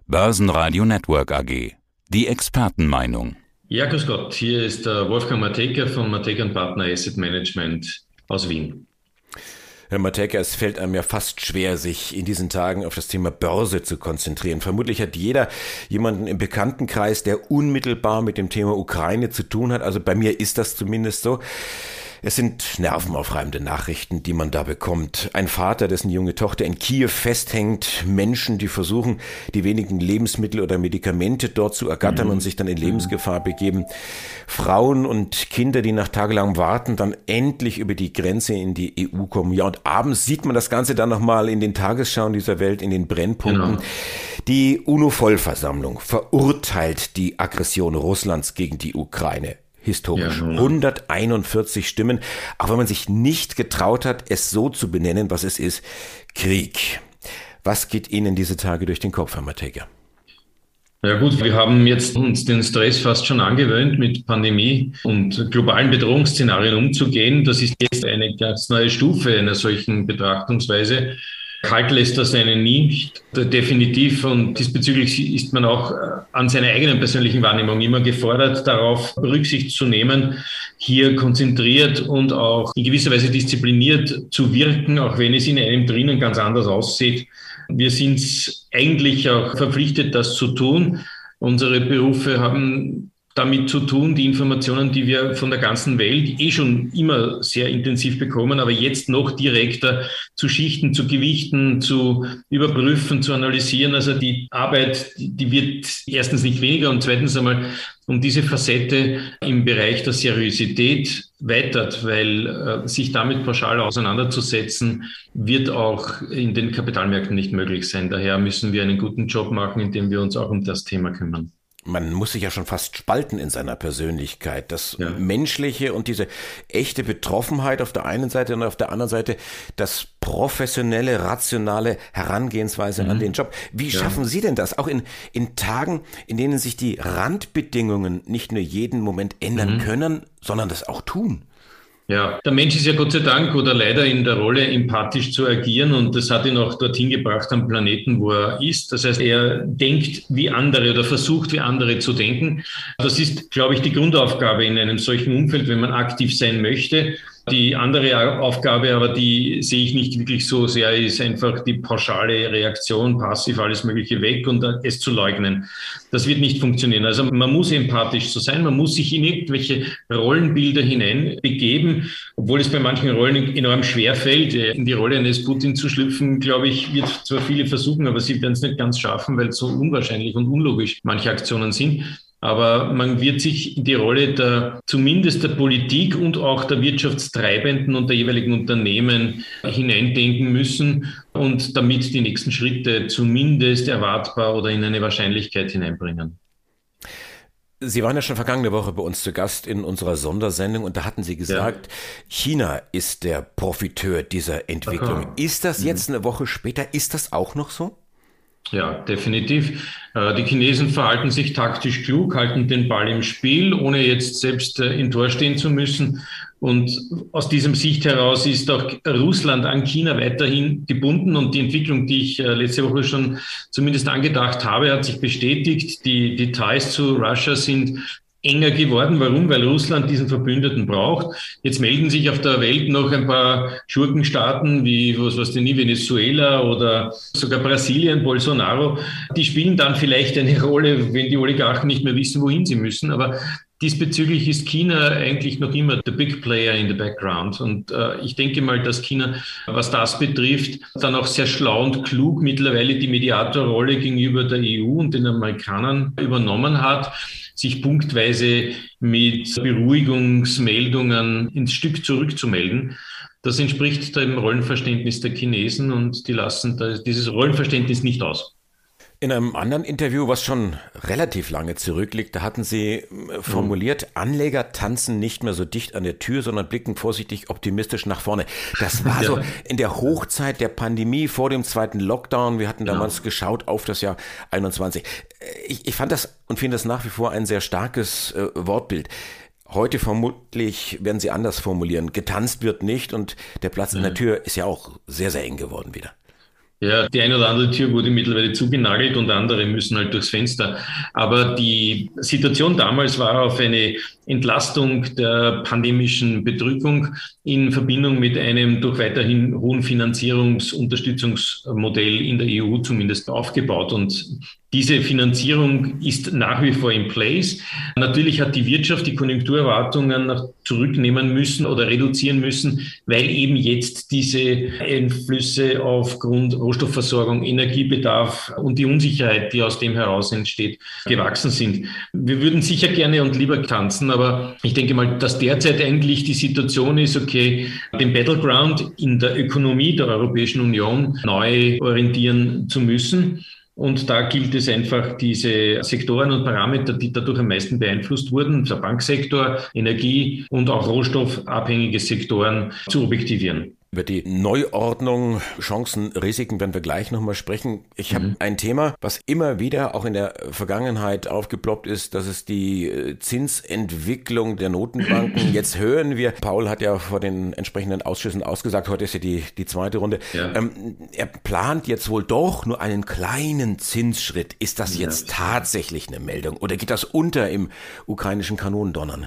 Börsenradio Network AG. Die Expertenmeinung. Ja, grüß Gott. Hier ist der Wolfgang Matejka von Matejka & Partner Asset Management aus Wien. Herr Matejka, es fällt einem ja fast schwer, sich in diesen Tagen auf das Thema Börse zu konzentrieren. Vermutlich hat jeder jemanden im Bekanntenkreis, der unmittelbar mit dem Thema Ukraine zu tun hat. Also bei mir ist das zumindest so. Es sind nervenaufreibende Nachrichten, die man da bekommt. Ein Vater, dessen junge Tochter in Kiew festhängt, Menschen, die versuchen, die wenigen Lebensmittel oder Medikamente dort zu ergattern und sich dann in Lebensgefahr begeben. Frauen und Kinder, die nach tagelangem Warten dann endlich über die Grenze in die EU kommen. Ja, und abends sieht man das Ganze dann nochmal in den Tagesschauen dieser Welt, in den Brennpunkten. Genau. Die UNO-Vollversammlung verurteilt die Aggression Russlands gegen die Ukraine. Historisch. Ja, 141 Stimmen, auch wenn man sich nicht getraut hat, es so zu benennen, was es ist. Krieg. Was geht Ihnen diese Tage durch den Kopf, Herr Matejka? Ja gut, wir haben jetzt uns den Stress fast schon angewöhnt, mit Pandemie und globalen Bedrohungsszenarien umzugehen. Das ist jetzt eine ganz neue Stufe einer solchen Betrachtungsweise. Kalt lässt das einen nicht, definitiv. Und diesbezüglich ist man auch an seiner eigenen persönlichen Wahrnehmung immer gefordert, darauf Rücksicht zu nehmen, hier konzentriert und auch in gewisser Weise diszipliniert zu wirken, auch wenn es in einem drinnen ganz anders aussieht. Wir sind eigentlich auch verpflichtet, das zu tun. Unsere Berufe haben damit zu tun, die Informationen, die wir von der ganzen Welt schon immer sehr intensiv bekommen, aber jetzt noch direkter zu schichten, zu gewichten, zu überprüfen, zu analysieren. Also die Arbeit, die wird erstens nicht weniger und zweitens einmal um diese Facette im Bereich der Seriosität weitert, weil sich damit pauschal auseinanderzusetzen, wird auch in den Kapitalmärkten nicht möglich sein. Daher müssen wir einen guten Job machen, indem wir uns auch um das Thema kümmern. Man muss sich ja schon fast spalten in seiner Persönlichkeit. Das Menschliche und diese echte Betroffenheit auf der einen Seite und auf der anderen Seite das professionelle, rationale Herangehensweise an den Job. Wie schaffen Sie denn das? Auch in Tagen, in denen sich die Randbedingungen nicht nur jeden Moment ändern können, sondern das auch tun. Ja, der Mensch ist ja Gott sei Dank oder leider in der Rolle, empathisch zu agieren, und das hat ihn auch dorthin gebracht am Planeten, wo er ist. Das heißt, er denkt wie andere oder versucht wie andere zu denken. Das ist, glaube ich, die Grundaufgabe in einem solchen Umfeld, wenn man aktiv sein möchte. Die andere Aufgabe, aber die sehe ich nicht wirklich so sehr, ist einfach die pauschale Reaktion, passiv alles Mögliche weg und es zu leugnen. Das wird nicht funktionieren. Also man muss empathisch so sein, man muss sich in irgendwelche Rollenbilder hineinbegeben, obwohl es bei manchen Rollen enorm schwer fällt. In die Rolle eines Putin zu schlüpfen, glaube ich, wird zwar viele versuchen, aber sie werden es nicht ganz schaffen, weil es so unwahrscheinlich und unlogisch manche Aktionen sind. Aber man wird sich in die Rolle zumindest der Politik und auch der Wirtschaftstreibenden und der jeweiligen Unternehmen hineindenken müssen und damit die nächsten Schritte zumindest erwartbar oder in eine Wahrscheinlichkeit hineinbringen. Sie waren ja schon vergangene Woche bei uns zu Gast in unserer Sondersendung und da hatten Sie gesagt, China ist der Profiteur dieser Entwicklung. Ist das jetzt eine Woche später, ist das auch noch so? Ja, definitiv. Die Chinesen verhalten sich taktisch klug, halten den Ball im Spiel, ohne jetzt selbst im Tor stehen zu müssen. Und aus diesem Sicht heraus ist auch Russland an China weiterhin gebunden. Und die Entwicklung, die ich letzte Woche schon zumindest angedacht habe, hat sich bestätigt. Die Ties zu Russia sind enger geworden. Warum? Weil Russland diesen Verbündeten braucht. Jetzt melden sich auf der Welt noch ein paar Schurkenstaaten wie Venezuela oder sogar Brasilien, Bolsonaro. Die spielen dann vielleicht eine Rolle, wenn die Oligarchen nicht mehr wissen, wohin sie müssen. Aber diesbezüglich ist China eigentlich noch immer the big player in the background. Und ich denke mal, dass China, was das betrifft, dann auch sehr schlau und klug mittlerweile die Mediatorrolle gegenüber der EU und den Amerikanern übernommen hat, sich punktweise mit Beruhigungsmeldungen ins Stück zurückzumelden. Das entspricht dem Rollenverständnis der Chinesen und die lassen dieses Rollenverständnis nicht aus. In einem anderen Interview, was schon relativ lange zurückliegt, da hatten Sie formuliert, Anleger tanzen nicht mehr so dicht an der Tür, sondern blicken vorsichtig optimistisch nach vorne. Das war so in der Hochzeit der Pandemie vor dem zweiten Lockdown. Wir hatten damals geschaut auf das Jahr 21. Ich fand das und finde das nach wie vor ein sehr starkes Wortbild. Heute vermutlich werden Sie anders formulieren. Getanzt wird nicht und der Platz an der Tür ist ja auch sehr, sehr eng geworden wieder. Ja, die eine oder andere Tür wurde mittlerweile zugenagelt und andere müssen halt durchs Fenster. Aber die Situation damals war auf eine Entlastung der pandemischen Bedrückung in Verbindung mit einem durch weiterhin hohen Finanzierungsunterstützungsmodell in der EU zumindest aufgebaut. Und diese Finanzierung ist nach wie vor in place. Natürlich hat die Wirtschaft die Konjunkturerwartungen zurücknehmen müssen oder reduzieren müssen, weil eben jetzt diese Einflüsse aufgrund Rohstoffversorgung, Energiebedarf und die Unsicherheit, die aus dem heraus entsteht, gewachsen sind. Wir würden sicher gerne und lieber tanzen, aber ich denke mal, dass derzeit eigentlich die Situation ist, okay, den Battleground in der Ökonomie der Europäischen Union neu orientieren zu müssen. Und da gilt es einfach, diese Sektoren und Parameter, die dadurch am meisten beeinflusst wurden, der Banksektor, Energie und auch rohstoffabhängige Sektoren, zu objektivieren. Über die Neuordnung, Chancen, Risiken werden wir gleich nochmal sprechen. Ich habe ein Thema, was immer wieder auch in der Vergangenheit aufgeploppt ist, das ist die Zinsentwicklung der Notenbanken. Jetzt hören wir, Paul hat ja vor den entsprechenden Ausschüssen ausgesagt, heute ist ja die zweite Runde. Ja. Er plant jetzt wohl doch nur einen kleinen Zinsschritt. Ist das jetzt tatsächlich eine Meldung oder geht das unter im ukrainischen Kanonendonnern?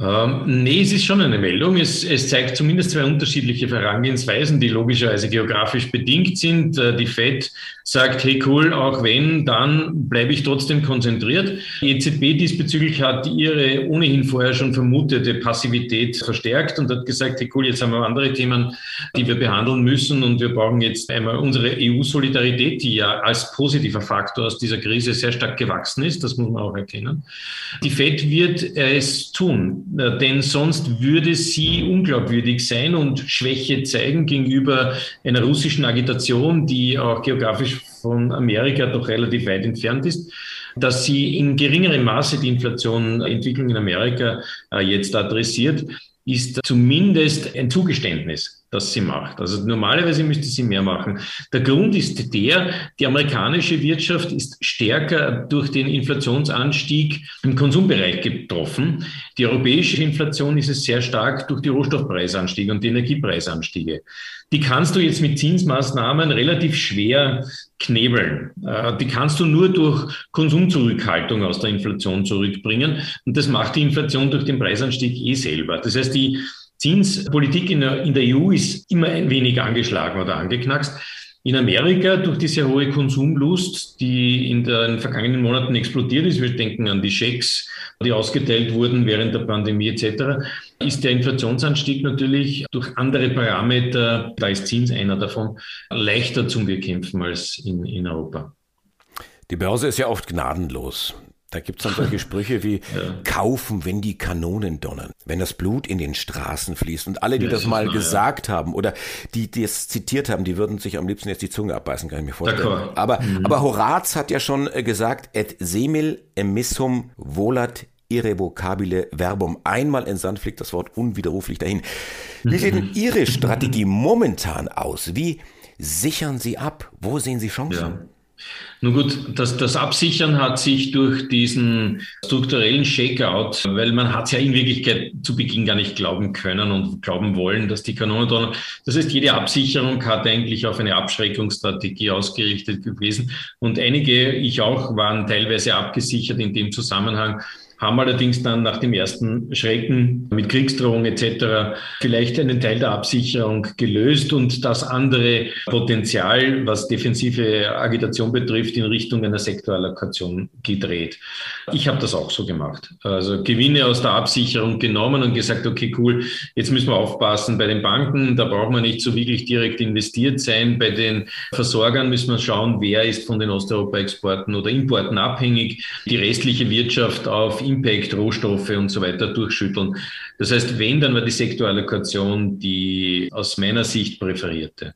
Nee, es ist schon eine Meldung. Es zeigt zumindest zwei unterschiedliche Herangehensweisen, die logischerweise geografisch bedingt sind. Die FED sagt, hey cool, auch wenn, dann bleibe ich trotzdem konzentriert. Die EZB diesbezüglich hat ihre ohnehin vorher schon vermutete Passivität verstärkt und hat gesagt, hey cool, jetzt haben wir andere Themen, die wir behandeln müssen und wir brauchen jetzt einmal unsere EU-Solidarität, die ja als positiver Faktor aus dieser Krise sehr stark gewachsen ist, das muss man auch erkennen. Die FED wird es tun. Denn sonst würde sie unglaubwürdig sein und Schwäche zeigen gegenüber einer russischen Agitation, die auch geografisch von Amerika doch relativ weit entfernt ist, dass sie in geringerem Maße die Inflation-Entwicklung in Amerika jetzt adressiert, ist zumindest ein Zugeständnis, das sie macht. Also normalerweise müsste sie mehr machen. Der Grund ist die amerikanische Wirtschaft ist stärker durch den Inflationsanstieg im Konsumbereich getroffen. Die europäische Inflation ist es sehr stark durch die Rohstoffpreisanstiege und die Energiepreisanstiege. Die kannst du jetzt mit Zinsmaßnahmen relativ schwer knebeln. Die kannst du nur durch Konsumzurückhaltung aus der Inflation zurückbringen. Und das macht die Inflation durch den Preisanstieg selber. Das heißt, die Zinspolitik in der EU ist immer ein wenig angeschlagen oder angeknackst. In Amerika durch die sehr hohe Konsumlust, die in den vergangenen Monaten explodiert ist, wir denken an die Schecks, die ausgeteilt wurden während der Pandemie etc., ist der Inflationsanstieg natürlich durch andere Parameter, da ist Zins einer davon, leichter zu bekämpfen als in Europa. Die Börse ist ja oft gnadenlos. Da gibt es dann solche Sprüche wie kaufen, wenn die Kanonen donnern, wenn das Blut in den Straßen fließt. Und alle, die das mal gesagt haben oder die es zitiert haben, die würden sich am liebsten jetzt die Zunge abbeißen, kann ich mir vorstellen. Aber Horaz hat ja schon gesagt, et semel emissum volat irrevocabile verbum. Einmal entsandt fliegt das Wort unwiderruflich dahin. Wie sieht denn Ihre Strategie momentan aus? Wie sichern Sie ab? Wo sehen Sie Chancen? Ja. Nun gut, das Absichern hat sich durch diesen strukturellen Shakeout, weil man hat es ja in Wirklichkeit zu Beginn gar nicht glauben können und glauben wollen, dass die Kanonen donnern. Das heißt, jede Absicherung hat eigentlich auf eine Abschreckungsstrategie ausgerichtet gewesen. Und einige, ich auch, waren teilweise abgesichert in dem Zusammenhang, haben allerdings dann nach dem ersten Schrecken mit Kriegsdrohung etc. vielleicht einen Teil der Absicherung gelöst und das andere Potenzial, was defensive Agitation betrifft, in Richtung einer Sektorallokation gedreht. Ich habe das auch so gemacht. Also Gewinne aus der Absicherung genommen und gesagt, okay, cool, jetzt müssen wir aufpassen bei den Banken, da braucht man nicht so wirklich direkt investiert sein. Bei den Versorgern müssen wir schauen, wer ist von den Osteuropa-Exporten oder Importen abhängig. Die restliche Wirtschaft auf Impact, Rohstoffe und so weiter durchschütteln. Das heißt, wenn, dann war die Sektorallokation die aus meiner Sicht präferierte.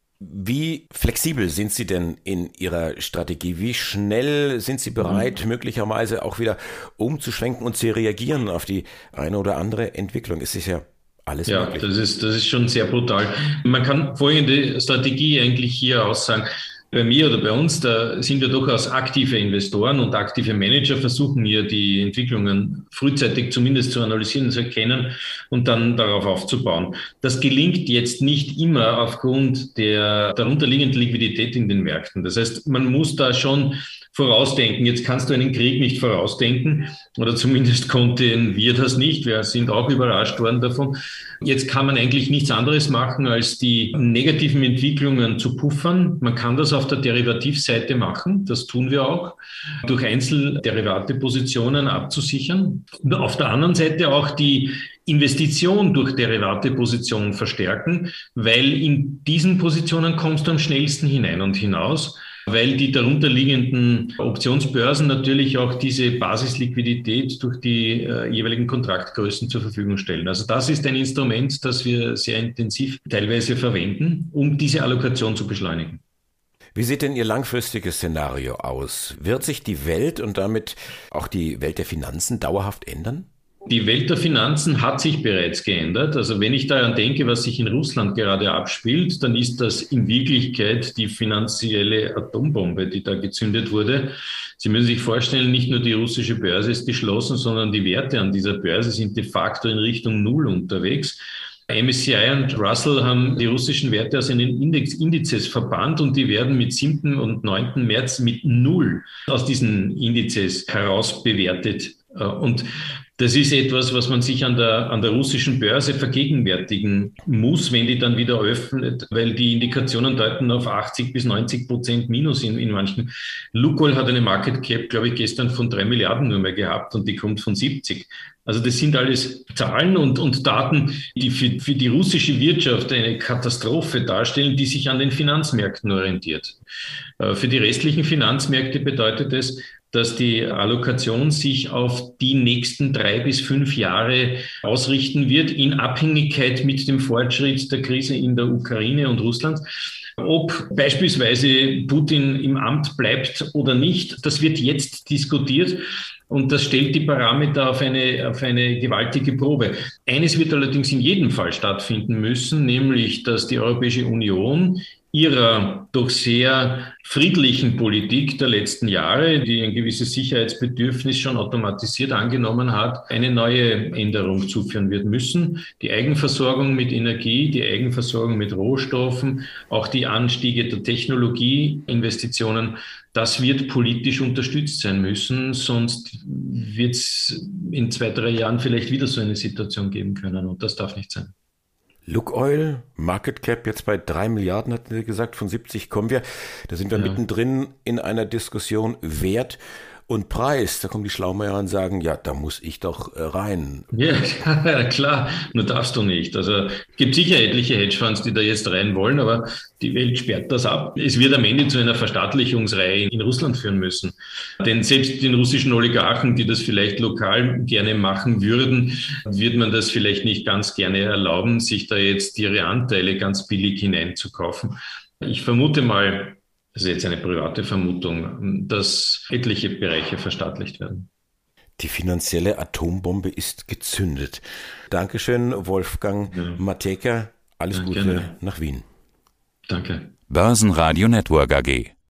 Wie flexibel sind Sie denn in Ihrer Strategie? Wie schnell sind Sie bereit, möglicherweise auch wieder umzuschwenken und zu reagieren auf die eine oder andere Entwicklung? Es ist ja alles möglich. Ja, das ist schon sehr brutal. Man kann folgende Strategie eigentlich hier aussagen. Bei mir oder bei uns, da sind wir durchaus aktive Investoren und aktive Manager, versuchen hier die Entwicklungen frühzeitig zumindest zu analysieren, zu erkennen und dann darauf aufzubauen. Das gelingt jetzt nicht immer aufgrund der darunterliegenden Liquidität in den Märkten. Das heißt, man muss da schon vorausdenken. Jetzt kannst du einen Krieg nicht vorausdenken, oder zumindest konnten wir das nicht. Wir sind auch überrascht worden davon. Jetzt kann man eigentlich nichts anderes machen, als die negativen Entwicklungen zu puffern. Man kann das auf der Derivativseite machen. Das tun wir auch, durch Einzelderivate-Positionen abzusichern. Und auf der anderen Seite auch die Investition durch Derivate-Positionen verstärken, weil in diesen Positionen kommst du am schnellsten hinein und hinaus, weil die darunterliegenden Optionsbörsen natürlich auch diese Basisliquidität durch die jeweiligen Kontraktgrößen zur Verfügung stellen. Also das ist ein Instrument, das wir sehr intensiv teilweise verwenden, um diese Allokation zu beschleunigen. Wie sieht denn Ihr langfristiges Szenario aus? Wird sich die Welt und damit auch die Welt der Finanzen dauerhaft ändern? Die Welt der Finanzen hat sich bereits geändert. Also wenn ich daran denke, was sich in Russland gerade abspielt, dann ist das in Wirklichkeit die finanzielle Atombombe, die da gezündet wurde. Sie müssen sich vorstellen, nicht nur die russische Börse ist geschlossen, sondern die Werte an dieser Börse sind de facto in Richtung Null unterwegs. MSCI und Russell haben die russischen Werte aus den Indizes verbannt und die werden mit 7. und 9. März mit Null aus diesen Indizes heraus bewertet. Und das ist etwas, was man sich an der russischen Börse vergegenwärtigen muss, wenn die dann wieder öffnet, weil die Indikationen deuten auf 80-90% Minus in manchen. Lukoil hat eine Market Cap, glaube ich, gestern von 3 Milliarden nur mehr gehabt und die kommt von 70. Also das sind alles Zahlen und Daten, die für die russische Wirtschaft eine Katastrophe darstellen, die sich an den Finanzmärkten orientiert. Für die restlichen Finanzmärkte bedeutet es, dass die Allokation sich auf die nächsten 3 bis 5 Jahre ausrichten wird, in Abhängigkeit mit dem Fortschritt der Krise in der Ukraine und Russland. Ob beispielsweise Putin im Amt bleibt oder nicht, das wird jetzt diskutiert. Und das stellt die Parameter auf eine gewaltige Probe. Eines wird allerdings in jedem Fall stattfinden müssen, nämlich, dass die Europäische Union ihrer doch sehr friedlichen Politik der letzten Jahre, die ein gewisses Sicherheitsbedürfnis schon automatisiert angenommen hat, eine neue Änderung zuführen wird müssen. Die Eigenversorgung mit Energie, die Eigenversorgung mit Rohstoffen, auch die Anstiege der Technologieinvestitionen, das wird politisch unterstützt sein müssen, sonst wird es in 2, 3 Jahren vielleicht wieder so eine Situation geben können und das darf nicht sein. Lukoil, Market Cap jetzt bei 3 Milliarden, hatten Sie gesagt, von 70 kommen wir. Da sind wir mittendrin in einer Diskussion Wert und Preis. Da kommen die Schlaumeier und sagen, ja, da muss ich doch rein. Ja, klar, nur darfst du nicht. Also es gibt sicher etliche Hedgefonds, die da jetzt rein wollen, aber die Welt sperrt das ab. Es wird am Ende zu einer Verstaatlichungsreihe in Russland führen müssen. Denn selbst den russischen Oligarchen, die das vielleicht lokal gerne machen würden, wird man das vielleicht nicht ganz gerne erlauben, sich da jetzt ihre Anteile ganz billig hineinzukaufen. Ich vermute mal, das ist jetzt eine private Vermutung, dass etliche Bereiche verstaatlicht werden. Die finanzielle Atombombe ist gezündet. Dankeschön, Wolfgang Matejka. Alles Gute nach Wien. Danke. Börsenradio Network AG.